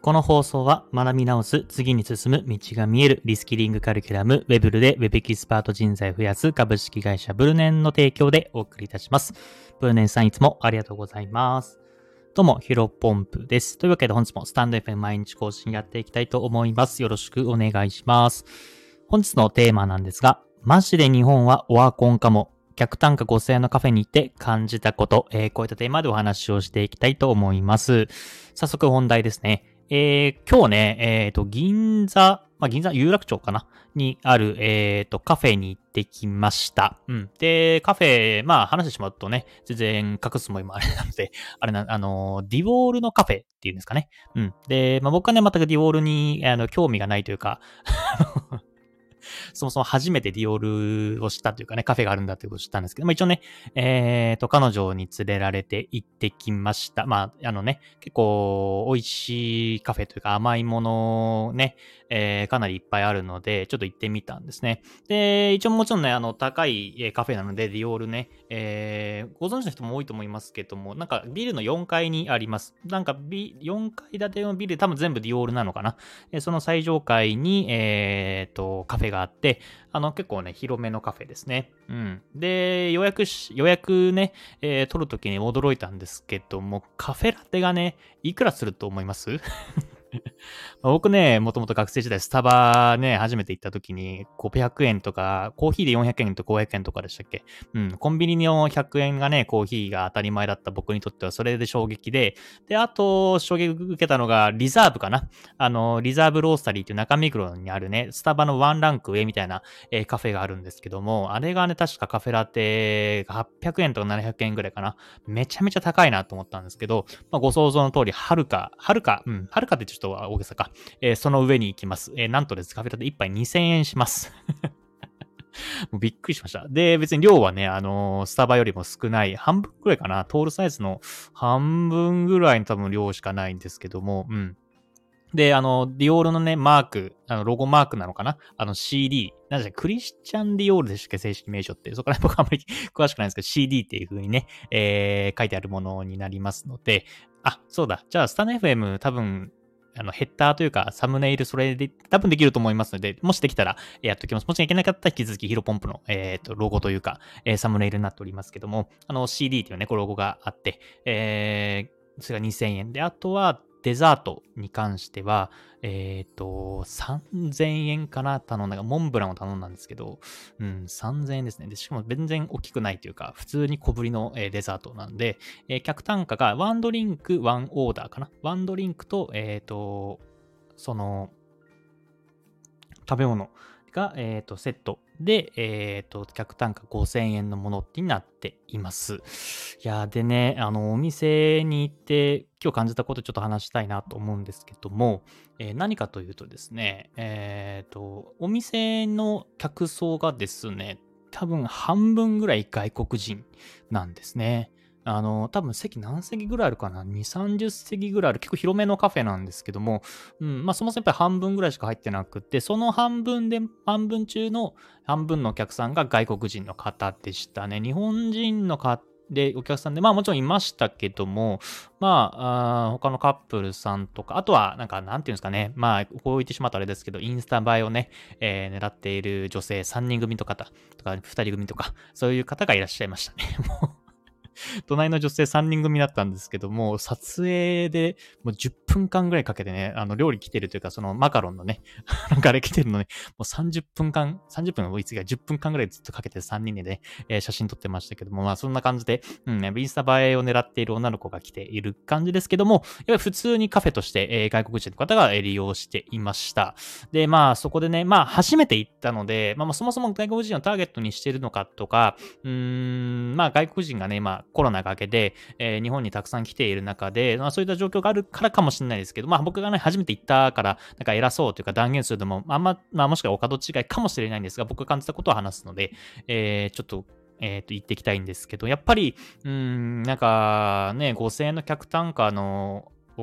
この放送は学び直す、次に進む道が見えるリスキリングカリキュラム、ウェブルでウェブエキスパート人材を増やす株式会社ブルネンの提供でお送りいたします。ブルネンさんいつもありがとうございます。どうも、ヒロポンプです。というわけで本日もスタンド FM 毎日更新やっていきたいと思います。よろしくお願いします。本日のテーマなんですが、マジで日本はオワコンかも。客単価5000円のカフェに行って感じたこと、こういったテーマでお話をしていきたいと思います。早速本題ですね。今日ね、銀座有楽町かなにある、カフェに行ってきました。で、カフェ、話してしまうとね、全然隠すつもりもあれなので、ディウォールのカフェっていうんですかね。で、僕はね、全くディウォールに、興味がないというか、そもそも初めてディオールを知ったというかね、カフェがあるんだということを知ったんですけど、一応ね、彼女に連れられて行ってきました。結構美味しいカフェというか甘いものね、かなりいっぱいあるので、ちょっと行ってみたんですね。で、一応もちろんね、高いカフェなので、ディオールね、ご存知の人も多いと思いますけども、なんかビルの4階にあります。なんか4階建てのビル、多分全部ディオールなのかな。その最上階に、カフェがあって、結構ね、広めのカフェですね。で、予約ね、取るときに驚いたんですけども、カフェラテがね、いくらすると思います僕ね、もともと学生時代スタバね、初めて行った時に500円とか、コーヒーで400円と500円とかでしたっけ？コンビニの100円がね、コーヒーが当たり前だった僕にとってはそれで衝撃で、で、あと、衝撃受けたのがリザーブかな？リザーブロースタリーっていう中目黒にあるね、スタバのワンランク上みたいな、カフェがあるんですけども、あれがね、確かカフェラテが800円とか700円ぐらいかな。めちゃめちゃ高いなと思ったんですけど、ご想像の通り、はるかってちょっと大げさか。その上に行きます。なんとです、カフェラテ1杯2000円します。もうびっくりしました。で、別に量はね、スタバよりも少ない、半分ぐらいかな。トールサイズの半分ぐらいの多分量しかないんですけども、で、ディオールのね、マーク、ロゴマークなのかなCD。なんでクリスチャンディオールでしたっけ正式名称って。そこら辺僕あんまり詳しくないんですけど、CD っていう風にね、書いてあるものになりますので、そうだ。じゃあ、スタンド FM 多分、ヘッダーというか、サムネイル、それで多分できると思いますので、もしできたらやっときます。もしいけなかったら引き続きヒロポンプの、ロゴというか、サムネイルになっておりますけども、CD っていうね、ロゴがあって、それが2000円で、あとは、デザートに関しては、3000円かな頼んだモンブランを頼んだんですけど、3000円ですね。で、しかも全然大きくないというか、普通に小ぶりの、デザートなんで、客単価がワンドリンク、ワンオーダーかな。ワンドリンクと、その、食べ物が、セットで、客単価5000円のものになっています。いやでね、お店に行って、今日感じたことちょっと話したいなと思うんですけども、何かというとですね、お店の客層がですね、多分半分ぐらい外国人なんですね。多分席何席ぐらいあるかな ?2、30席ぐらいある。結構広めのカフェなんですけども、そもそもやっぱり半分ぐらいしか入ってなくて、その半分中の半分のお客さんが外国人の方でしたね。日本人の方で、お客さんで、もちろんいましたけども、他のカップルさんとか、あとは、なんていうんですかね、こう言ってしまうとあれですけど、インスタ映えをね、狙っている女性3人組とか、2人組とか、そういう方がいらっしゃいましたね。もう隣の女性3人組だったんですけども、撮影でもう10分間ぐらいかけてね、料理来てるというか、そのマカロンのね、あれ来てるのね、もう30分の追いつきが10分間ぐらいずっとかけて3人でね、写真撮ってましたけども、そんな感じで、インスタ映えを狙っている女の子が来ている感じですけども、やっぱり普通にカフェとして、外国人の方が利用していました。で、そこでね、初めて行ったので、そもそも外国人をターゲットにしているのかとか、外国人がね、コロナが明けて、日本にたくさん来ている中で、そういった状況があるからかもしれないですけど、僕がね、初めて行ったから、なんか偉そうというか断言するのも、もしくはお門違いかもしれないんですが、僕が感じたことを話すので、ちょっと、言っていきたいんですけど、やっぱり、なんかね、5000円の客単価の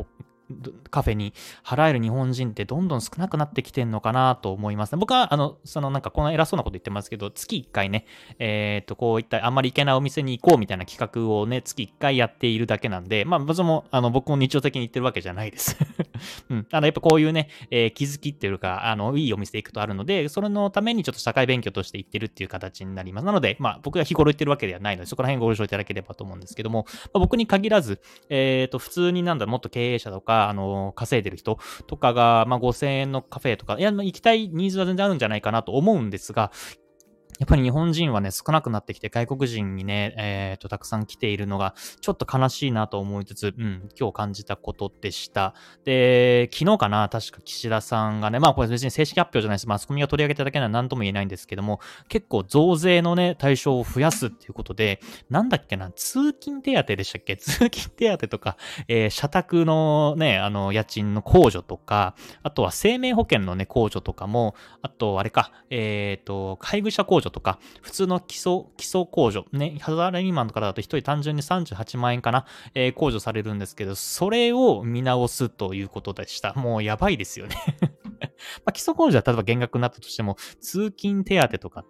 カフェに払える日本人ってどんどん少なくなってきてんのかなと思いますね。僕は、なんかこの偉そうなこと言ってますけど、月1回ね、こういったあんまり行けないお店に行こうみたいな企画をね、月1回やっているだけなんで、まあ、僕も日常的に言ってるわけじゃないです。うん。やっぱこういうね、気づきっていうか、いいお店行くとあるので、それのためにちょっと社会勉強として行ってるっていう形になります。なので、まあ、僕が日頃言ってるわけではないので、そこら辺ご了承いただければと思うんですけども、まあ、僕に限らず、普通にもっと経営者とか、稼いでる人とかが、まあ、5000円のカフェとか、いや、行きたいニーズは全然あるんじゃないかなと思うんですが、やっぱり日本人はね、少なくなってきて、外国人にね、たくさん来ているのが、ちょっと悲しいなと思いつつ、今日感じたことでした。で、昨日かな、確か岸田さんがね、まあこれ別に正式発表じゃないです。マスコミが取り上げただけなら何とも言えないんですけども、結構増税のね、対象を増やすっていうことで、なんだっけな、通勤手当でしたっけ通勤手当とか、社宅のね、家賃の控除とか、あとは生命保険のね、控除とかも、あと、あれか、配偶者控除とか、普通の基礎控除、ね、サラリーマンの方だと一人単純に38万円かな、控除されるんですけど、それを見直すということでした。もうやばいですよね。まあ、基礎控除は例えば減額になったとしても、通勤手当とかって、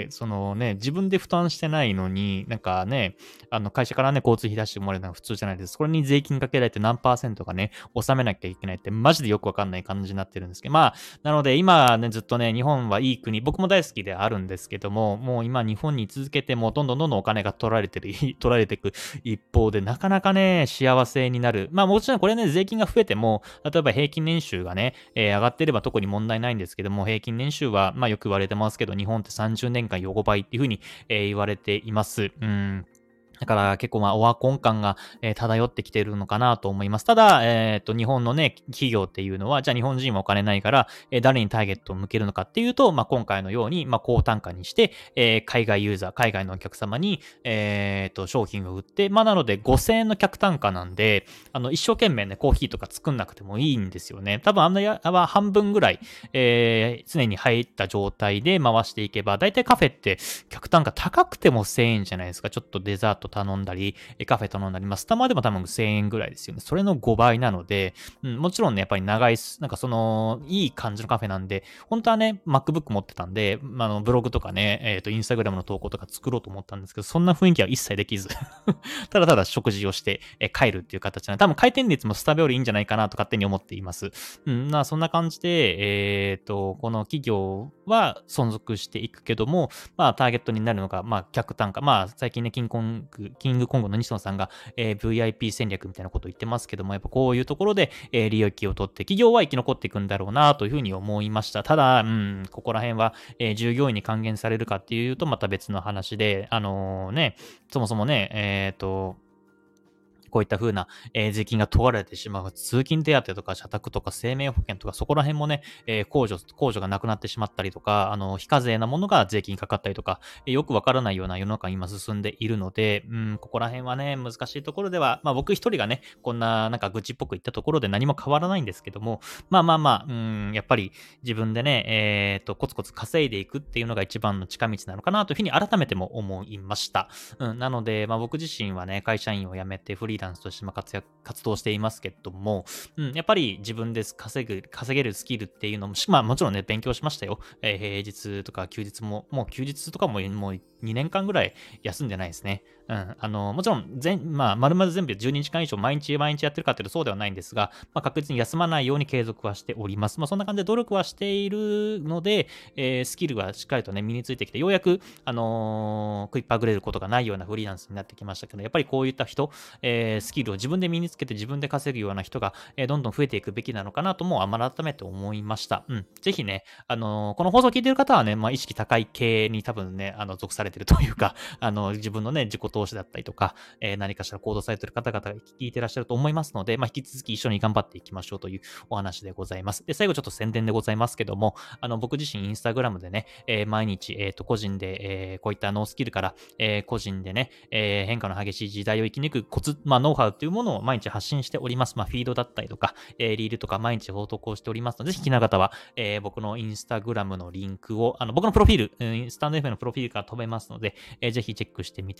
そのね、自分で負担してないのに、なんかね、会社からね、交通費出してもらえるのが普通じゃないです。これに税金かけられて何%かね、納めなきゃいけないって、マジでよくわかんない感じになってるんですけど、まあ、なので今ね、ずっとね、日本はいい国、僕も大好きであるんですけども、もう今日本に居続けても、どんどんお金が取られていく一方で、なかなかね、幸せになる。まあもちろんこれね、税金が増えても、例えば平均年収がね、上がってれば特に問題ないんですけども、平均年収は、まあよく言われてますけど、日本って30年間横ばいっていうふうに、言われています。だから結構オワコン感が、漂ってきているのかなと思います。ただ、日本のね、企業っていうのは、じゃあ日本人はお金ないから、誰にターゲットを向けるのかっていうと、まあ、今回のように、まあ、高単価にして、海外ユーザー、海外のお客様に、商品を売って、まあ、なので5000円の客単価なんで、一生懸命ね、コーヒーとか作んなくてもいいんですよね。多分は半分ぐらい、常に入った状態で回していけば、だいたいカフェって客単価高くても1000円じゃないですか。ちょっとデザート頼んだり、カフェ頼んだり、まあ、スタバでも多分1000円ぐらいですよね。それの5倍なので、もちろんね、やっぱりなんかいい感じのカフェなんで、本当はね、MacBook 持ってたんで、ブログとかね、インスタグラムの投稿とか作ろうと思ったんですけど、そんな雰囲気は一切できず、ただただ食事をして、帰るっていう形なので、多分回転率もスタバよりいいんじゃないかなと勝手に思っています。そんな感じで、この企業は存続していくけども、まあ、ターゲットになるのが、まあ、客単価。まあ、最近ね、キングコングの西野さんが、VIP 戦略みたいなことを言ってますけども、やっぱこういうところで、利益を取って企業は生き残っていくんだろうなというふうに思いました。ただ、ここら辺は、従業員に還元されるかっていうとまた別の話で、そもそもね、こういった風な、税金が問われてしまう。通勤手当とか社宅とか生命保険とかそこら辺もね、控除がなくなってしまったりとか、非課税なものが税金かかったりとか、よくわからないような世の中に今進んでいるので、ここら辺はね、難しいところでは、まあ僕一人がね、こんななんか愚痴っぽく言ったところで何も変わらないんですけども、やっぱり自分でね、コツコツ稼いでいくっていうのが一番の近道なのかなというふうに改めても思いました。なので、まあ僕自身はね、会社員を辞めてフリーランスとして活動していますけども、やっぱり自分で稼げるスキルっていうのも、まあもちろんね、勉強しましたよ。平日とか休日も、もう休日とかももう2年間ぐらい休んでないですね。もちろん丸々全部12時間以上毎日やってるかっていうとそうではないんですが、まあ、確実に休まないように継続はしております。まあ、そんな感じで努力はしているので、スキルがしっかりとね、身についてきて、ようやく、食いっぱぐれることがないようなフリーランスになってきましたけど、やっぱりこういった人、スキルを自分で身につけて自分で稼ぐような人が、どんどん増えていくべきなのかなとも改めて思いました。ぜひね、この放送を聞いている方はね、まあ、意識高い系に多分ね、属されているというか、自分のね、自己投資だったりとか、何かしら行動されている方々が聞いてらっしゃると思いますので、まあ、引き続き一緒に頑張っていきましょうというお話でございます。で、最後ちょっと宣伝でございますけども、僕自身インスタグラムでね、毎日、個人で、こういったノースキルから、個人でね、変化の激しい時代を生き抜くコツ、まあ、ノウハウというものを毎日発信しております。まあ、フィードだったりとか、リールとか毎日報告をしておりますので、ぜひ気な方は、僕のインスタグラムのリンクを、僕のプロフィール、スタンド F のプロフィールから飛べますので、ぜひチェックしてみてください。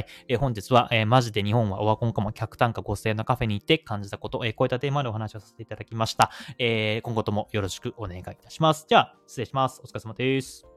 い。本日は、マジで日本はオワコンかも客単価5000円のカフェに行って感じたこと、こういったテーマでお話をさせていただきました。今後ともよろしくお願いいたします。じゃあ、失礼します。お疲れ様です。